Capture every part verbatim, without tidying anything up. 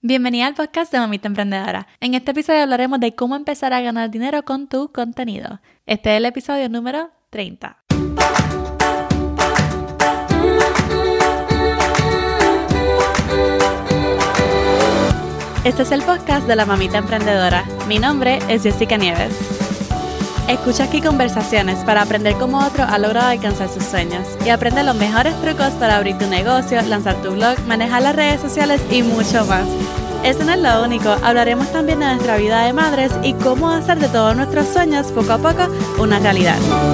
Bienvenida al podcast de Mamita Emprendedora. En este episodio hablaremos de cómo empezar a ganar dinero con tu contenido. Este es el episodio número treinta. Este es el podcast de la Mamita Emprendedora. Mi nombre es Jessica Nieves. Escucha aquí conversaciones para aprender cómo otro ha logrado alcanzar sus sueños y aprende los mejores trucos para abrir tu negocio, lanzar tu blog, manejar las redes sociales y mucho más. Eso no es lo único, hablaremos también de nuestra vida de madres y cómo hacer de todos nuestros sueños poco a poco una realidad.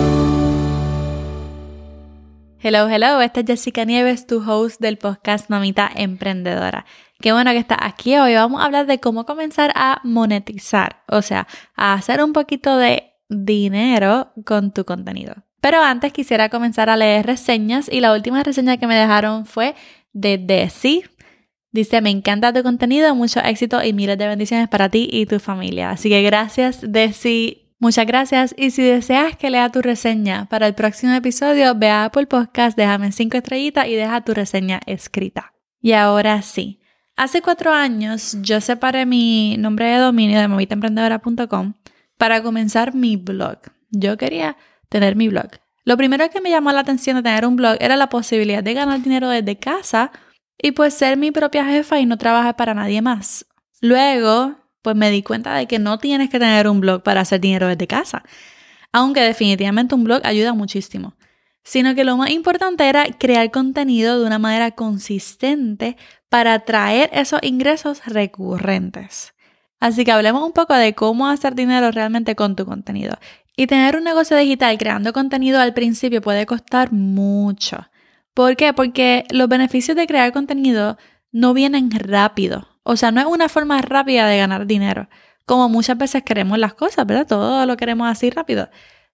Hello, hello, esta es Jessica Nieves, tu host del podcast Mamita Emprendedora. Qué bueno que estás aquí. Hoy vamos a hablar de cómo comenzar a monetizar, o sea, a hacer un poquito de dinero con tu contenido. Pero antes quisiera comenzar a leer reseñas y la última reseña que me dejaron fue de Desi. Dice, me encanta tu contenido, mucho éxito y miles de bendiciones para ti y tu familia. Así que gracias, Desi. Muchas gracias. Y si deseas que lea tu reseña para el próximo episodio, ve a Apple Podcast, déjame cinco estrellitas y deja tu reseña escrita. Y ahora sí. Hace cuatro años yo separé mi nombre de dominio de mamita emprendedora punto com para comenzar mi blog. Yo quería tener mi blog. Lo primero que me llamó la atención de tener un blog era la posibilidad de ganar dinero desde casa y pues ser mi propia jefa y no trabajar para nadie más. Luego, pues me di cuenta de que no tienes que tener un blog para hacer dinero desde casa, aunque definitivamente un blog ayuda muchísimo, sino que lo más importante era crear contenido de una manera consistente para atraer esos ingresos recurrentes. Así que hablemos un poco de cómo hacer dinero realmente con tu contenido. Y tener un negocio digital creando contenido al principio puede costar mucho. ¿Por qué? Porque los beneficios de crear contenido no vienen rápido. O sea, no es una forma rápida de ganar dinero, como muchas veces queremos las cosas, ¿verdad? Todo lo queremos así rápido.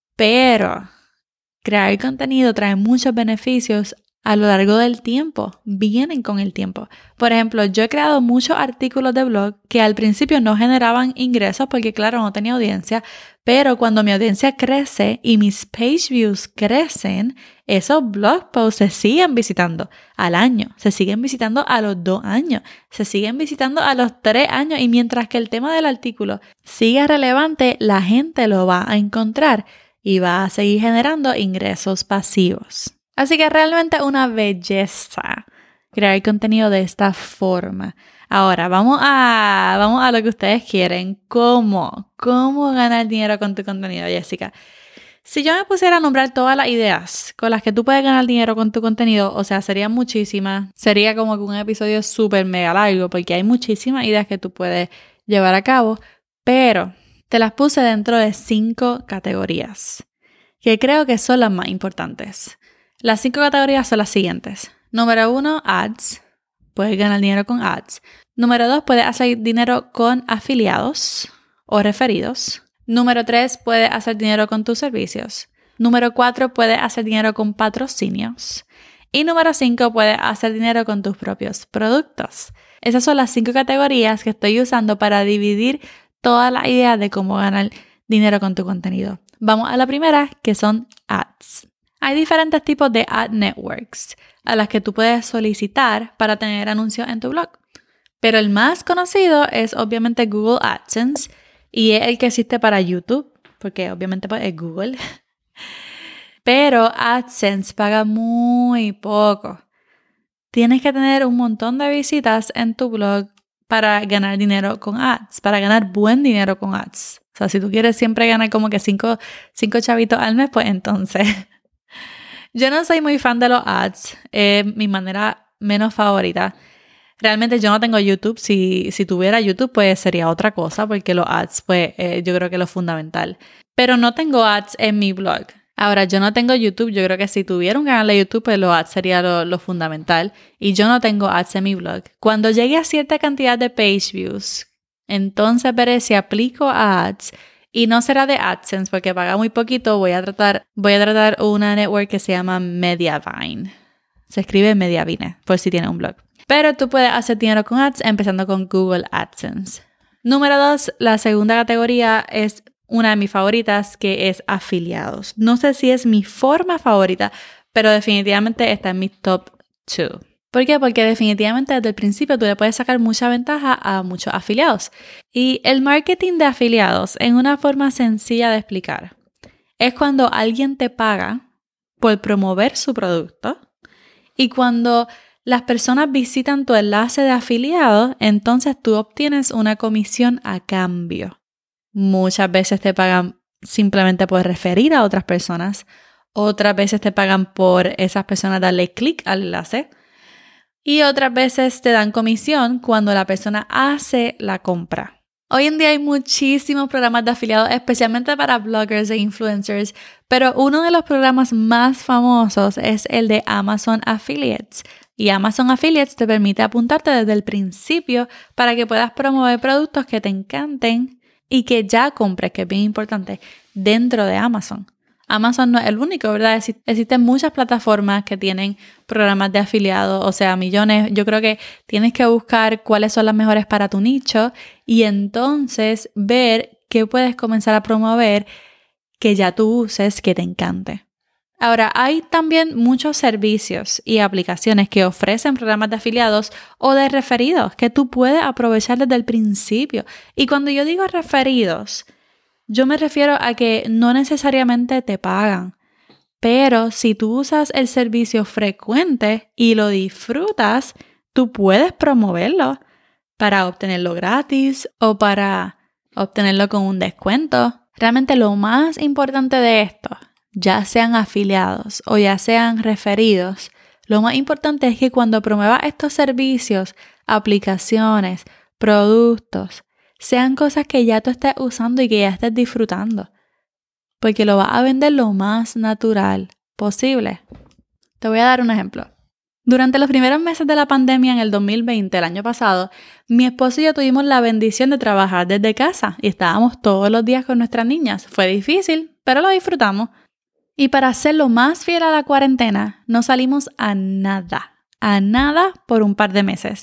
Pero crear contenido trae muchos beneficios a lo largo del tiempo, vienen con el tiempo. Por ejemplo, yo he creado muchos artículos de blog que al principio no generaban ingresos porque claro, no tenía audiencia, pero cuando mi audiencia crece y mis page views crecen, esos blog posts se siguen visitando al año, se siguen visitando a los dos años, se siguen visitando a los tres años y mientras que el tema del artículo siga relevante, la gente lo va a encontrar y va a seguir generando ingresos pasivos. Así que realmente es una belleza crear contenido de esta forma. Ahora, vamos a, vamos a lo que ustedes quieren. ¿Cómo? ¿Cómo ganar dinero con tu contenido, Jessica? Si yo me pusiera a nombrar todas las ideas con las que tú puedes ganar dinero con tu contenido, o sea, serían muchísimas. Sería como que un episodio súper mega largo porque hay muchísimas ideas que tú puedes llevar a cabo, pero te las puse dentro de cinco categorías que creo que son las más importantes. Las cinco categorías son las siguientes. Número uno, ads. Puedes ganar dinero con ads. Número dos, puedes hacer dinero con afiliados o referidos. Número tres, puedes hacer dinero con tus servicios. Número cuatro, puedes hacer dinero con patrocinios. Y número cinco, puedes hacer dinero con tus propios productos. Esas son las cinco categorías que estoy usando para dividir toda la idea de cómo ganar dinero con tu contenido. Vamos a la primera, que son ads. Hay diferentes tipos de ad networks a las que tú puedes solicitar para tener anuncios en tu blog. Pero el más conocido es obviamente Google AdSense y es el que existe para YouTube, porque obviamente pues, es Google. Pero AdSense paga muy poco. Tienes que tener un montón de visitas en tu blog para ganar dinero con ads, para ganar buen dinero con ads. O sea, si tú quieres siempre ganar como que cinco, cinco chavitos al mes, pues entonces... Yo no soy muy fan de los ads, es mi manera menos favorita. Realmente yo no tengo YouTube. Si, si tuviera YouTube, pues sería otra cosa, porque los ads, pues eh, yo creo que es lo fundamental. Pero no tengo ads en mi blog. Ahora, yo no tengo YouTube. Yo creo que si tuviera un canal de YouTube, pues los ads sería lo, lo fundamental. Y yo no tengo ads en mi blog. Cuando llegue a cierta cantidad de page views, entonces veré si aplico a ads. Y no será de AdSense porque paga muy poquito. Voy a tratar, voy a tratar una network que se llama Mediavine. Se escribe Mediavine, por si tiene un blog. Pero tú puedes hacer dinero con ads empezando con Google AdSense. Número dos, la segunda categoría es una de mis favoritas, que es afiliados. No sé si es mi forma favorita, pero definitivamente está en mi top dos. ¿Por qué? Porque definitivamente desde el principio tú le puedes sacar mucha ventaja a muchos afiliados. Y el marketing de afiliados, en una forma sencilla de explicar, es cuando alguien te paga por promover su producto y cuando las personas visitan tu enlace de afiliado, entonces tú obtienes una comisión a cambio. Muchas veces te pagan simplemente por referir a otras personas, otras veces te pagan por esas personas darle clic al enlace y otras veces te dan comisión cuando la persona hace la compra. Hoy en día hay muchísimos programas de afiliados, especialmente para bloggers e influencers, pero uno de los programas más famosos es el de Amazon Affiliates. Y Amazon Affiliates te permite apuntarte desde el principio para que puedas promover productos que te encanten y que ya compres, que es bien importante, dentro de Amazon. Amazon no es el único, ¿verdad? Existen muchas plataformas que tienen programas de afiliados, o sea, millones. Yo creo que tienes que buscar cuáles son las mejores para tu nicho y entonces ver qué puedes comenzar a promover que ya tú uses, que te encante. Ahora, hay también muchos servicios y aplicaciones que ofrecen programas de afiliados o de referidos que tú puedes aprovechar desde el principio. Y cuando yo digo referidos, yo me refiero a que no necesariamente te pagan, pero si tú usas el servicio frecuente y lo disfrutas, tú puedes promoverlo para obtenerlo gratis o para obtenerlo con un descuento. Realmente lo más importante de esto, ya sean afiliados o ya sean referidos, lo más importante es que cuando promuevas estos servicios, aplicaciones, productos, sean cosas que ya tú estés usando y que ya estés disfrutando, porque lo vas a vender lo más natural posible. Te voy a dar un ejemplo. Durante los primeros meses de la pandemia en el dos mil veinte, el año pasado, mi esposo y yo tuvimos la bendición de trabajar desde casa y estábamos todos los días con nuestras niñas. Fue difícil, pero lo disfrutamos. Y para hacerlo más fiel a la cuarentena, no salimos a nada, a nada por un par de meses.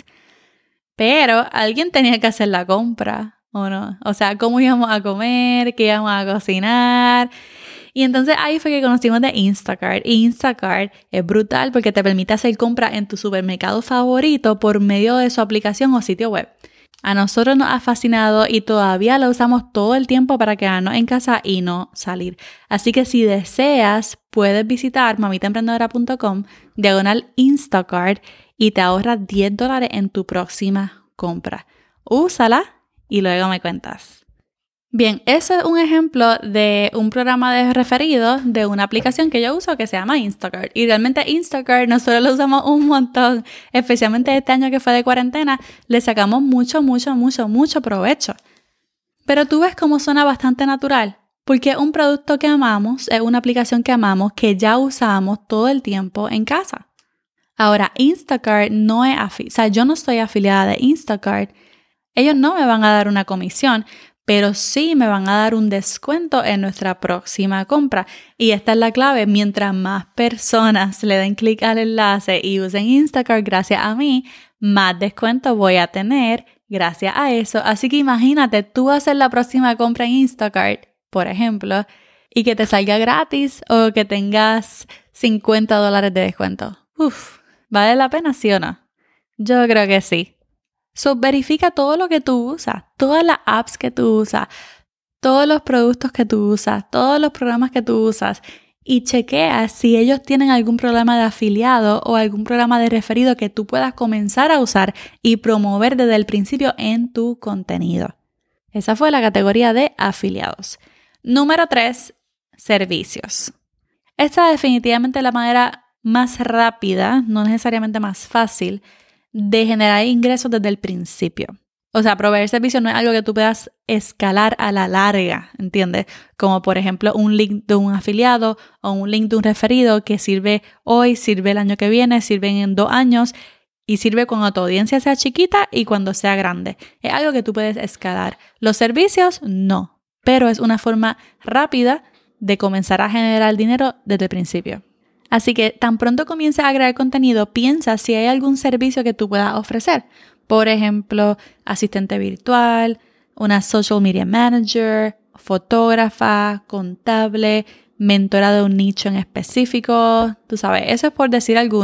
Pero alguien tenía que hacer la compra, ¿o no? O sea, cómo íbamos a comer, qué íbamos a cocinar. Y entonces ahí fue que conocimos de Instacart. Y Instacart es brutal porque te permite hacer compras en tu supermercado favorito por medio de su aplicación o sitio web. A nosotros nos ha fascinado y todavía lo usamos todo el tiempo para quedarnos en casa y no salir. Así que si deseas, puedes visitar mamitaemprendedora punto com diagonal Instacart y te ahorras diez dólares en tu próxima compra. Úsala y luego me cuentas. Bien, eso es un ejemplo de un programa de referidos de una aplicación que yo uso que se llama Instacart. Y realmente Instacart nosotros lo usamos un montón, especialmente este año que fue de cuarentena, le sacamos mucho, mucho, mucho, mucho provecho. Pero tú ves cómo suena bastante natural, porque es un producto que amamos, es una aplicación que amamos, que ya usamos todo el tiempo en casa. Ahora, Instacart no es afiliada, o sea, yo no soy afiliada de Instacart, ellos no me van a dar una comisión, pero sí me van a dar un descuento en nuestra próxima compra. Y esta es la clave, mientras más personas le den clic al enlace y usen Instacart gracias a mí, más descuento voy a tener gracias a eso. Así que imagínate, tú hacer la próxima compra en Instacart, por ejemplo, y que te salga gratis o que tengas cincuenta dólares de descuento. Uf, ¿vale la pena, sí o no? Yo creo que sí. So, verifica todo lo que tú usas, todas las apps que tú usas, todos los productos que tú usas, todos los programas que tú usas y chequea si ellos tienen algún programa de afiliado o algún programa de referido que tú puedas comenzar a usar y promover desde el principio en tu contenido. Esa fue la categoría de afiliados. Número tres, servicios. Esta es definitivamente la manera más rápida, no necesariamente más fácil, de generar ingresos desde el principio. O sea, proveer servicios no es algo que tú puedas escalar a la larga, ¿entiendes? Como por ejemplo un link de un afiliado o un link de un referido que sirve hoy, sirve el año que viene, sirve en dos años y sirve cuando tu audiencia sea chiquita y cuando sea grande. Es algo que tú puedes escalar. Los servicios, no, pero es una forma rápida de comenzar a generar dinero desde el principio. Así que tan pronto comiences a crear contenido, piensa si hay algún servicio que tú puedas ofrecer. Por ejemplo, asistente virtual, una social media manager, fotógrafa, contable, mentora de un nicho en específico. Tú sabes, eso es por decir alguno.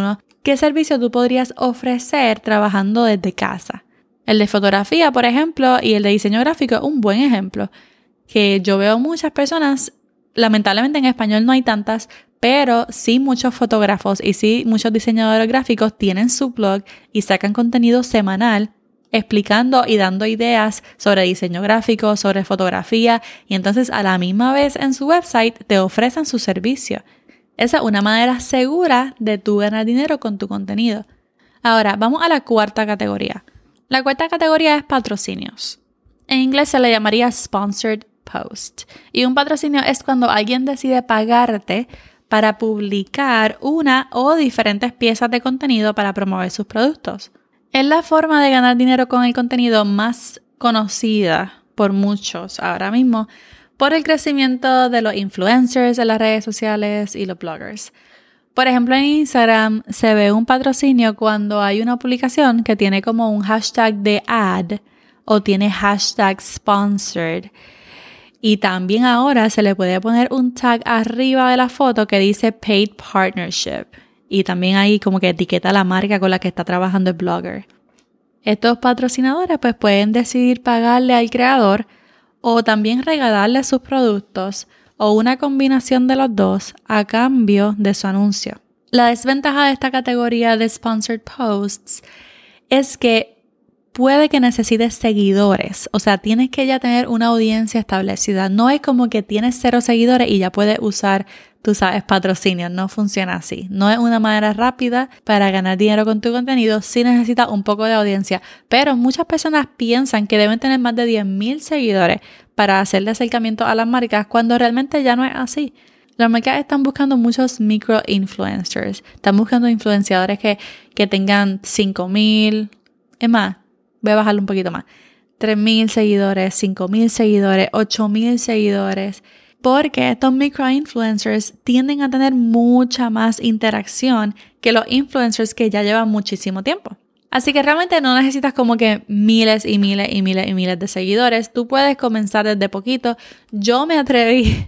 ¿qué servicio tú podrías ofrecer trabajando desde casa? El de fotografía, por ejemplo, y el de diseño gráfico es un buen ejemplo, que yo veo muchas personas, lamentablemente en español no hay tantas, pero sí muchos fotógrafos y sí muchos diseñadores gráficos tienen su blog y sacan contenido semanal explicando y dando ideas sobre diseño gráfico, sobre fotografía, y entonces a la misma vez en su website te ofrecen su servicio. Esa es una manera segura de tú ganar dinero con tu contenido. Ahora, vamos a la cuarta categoría. La cuarta categoría es patrocinios. En inglés se le llamaría sponsored post. Y un patrocinio es cuando alguien decide pagarte para publicar una o diferentes piezas de contenido para promover sus productos. Es la forma de ganar dinero con el contenido más conocida por muchos ahora mismo por el crecimiento de los influencers en las redes sociales y los bloggers. Por ejemplo, en Instagram se ve un patrocinio cuando hay una publicación que tiene como un hashtag de ad o tiene hashtag sponsored. Y también ahora se le puede poner un tag arriba de la foto que dice paid partnership. Y también ahí como que etiqueta la marca con la que está trabajando el blogger. Estos patrocinadores pues pueden decidir pagarle al creador o también regalarle sus productos o una combinación de los dos a cambio de su anuncio. La desventaja de esta categoría de sponsored posts es que puede que necesites seguidores, o sea, tienes que ya tener una audiencia establecida. No es como que tienes cero seguidores y ya puedes usar, tú sabes, patrocinios. No funciona así. No es una manera rápida para ganar dinero con tu contenido. Sí necesitas un poco de audiencia, pero muchas personas piensan que deben tener más de diez mil seguidores para hacerle acercamiento a las marcas cuando realmente ya no es así. Las marcas están buscando muchos micro-influencers. Están buscando influenciadores que, que tengan cinco mil, es más, voy a bajarlo un poquito más, tres mil seguidores, cinco mil seguidores, ocho mil seguidores, porque estos micro-influencers tienden a tener mucha más interacción que los influencers que ya llevan muchísimo tiempo. Así que realmente no necesitas como que miles y miles y miles y miles de seguidores. Tú puedes comenzar desde poquito. Yo me atreví,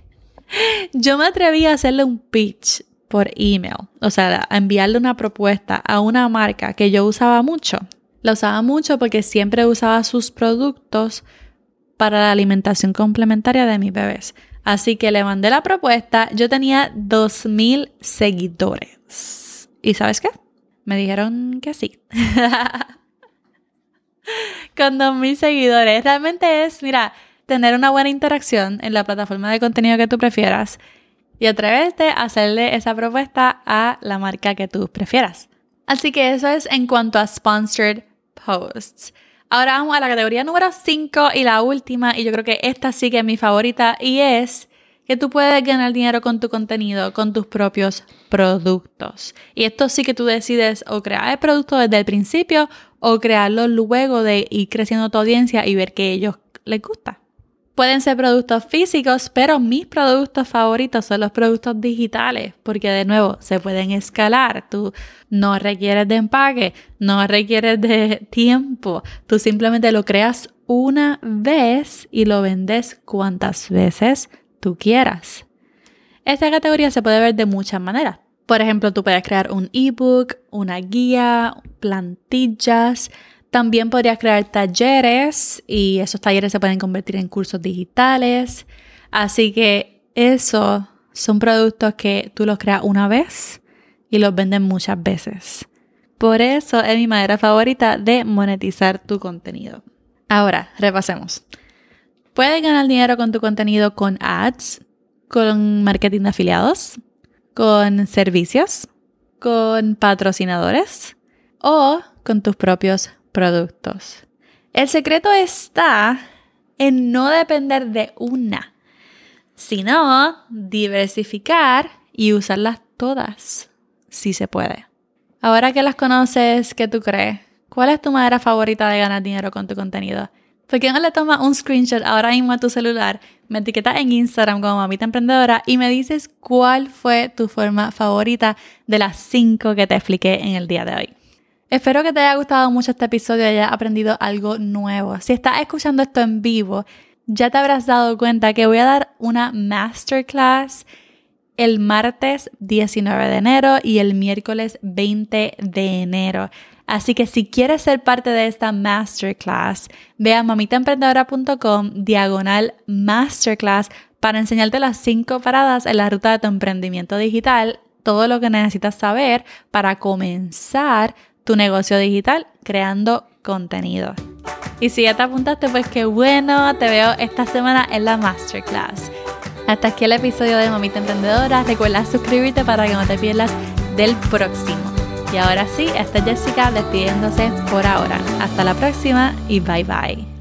yo me atreví a hacerle un pitch por email. O sea, a enviarle una propuesta a una marca que yo usaba mucho. La usaba mucho porque siempre usaba sus productos para la alimentación complementaria de mis bebés. Así que le mandé la propuesta. Yo tenía dos mil seguidores. ¿Y sabes qué? Me dijeron que sí. Con dos mil seguidores. Realmente es, mira, tener una buena interacción en la plataforma de contenido que tú prefieras y atreverte a hacerle esa propuesta a la marca que tú prefieras. Así que eso es en cuanto a sponsored posts. Ahora vamos a la categoría número cinco y la última, y yo creo que esta sí que es mi favorita, y es que tú puedes ganar dinero con tu contenido, con tus propios productos. Y esto sí que tú decides o crear el producto desde el principio o crearlo luego de ir creciendo tu audiencia y ver que a ellos les gusta. Pueden ser productos físicos, pero mis productos favoritos son los productos digitales, porque de nuevo se pueden escalar. Tú no requieres de empaque, no requieres de tiempo. Tú simplemente lo creas una vez y lo vendes cuantas veces tú quieras. Esta categoría se puede ver de muchas maneras. Por ejemplo, tú puedes crear un ebook, una guía, plantillas. También podrías crear talleres y esos talleres se pueden convertir en cursos digitales. Así que esos son productos que tú los creas una vez y los vendes muchas veces. Por eso es mi manera favorita de monetizar tu contenido. Ahora, repasemos. Puedes ganar dinero con tu contenido con ads, con marketing de afiliados, con servicios, con patrocinadores o con tus propios productos. El secreto está en no depender de una, sino diversificar y usarlas todas, si se puede. Ahora que las conoces, ¿qué tú crees? ¿Cuál es tu manera favorita de ganar dinero con tu contenido? ¿Por qué no le tomas un screenshot ahora mismo a tu celular, me etiquetas en Instagram como Mamita Emprendedora y me dices cuál fue tu forma favorita de las cinco que te expliqué en el día de hoy? Espero que te haya gustado mucho este episodio y hayas aprendido algo nuevo. Si estás escuchando esto en vivo, ya te habrás dado cuenta que voy a dar una masterclass el martes diecinueve de enero y el miércoles veinte de enero. Así que si quieres ser parte de esta masterclass, ve a mamitaemprendedora.com diagonal masterclass para enseñarte las cinco paradas en la ruta de tu emprendimiento digital, todo lo que necesitas saber para comenzar tu negocio digital creando contenido. Y si ya te apuntaste, pues qué bueno, te veo esta semana en la masterclass. Hasta aquí el episodio de Mamita Emprendedora. Recuerda suscribirte para que no te pierdas del próximo. Y ahora sí, esta es Jessica despidiéndose por ahora. Hasta la próxima y bye bye.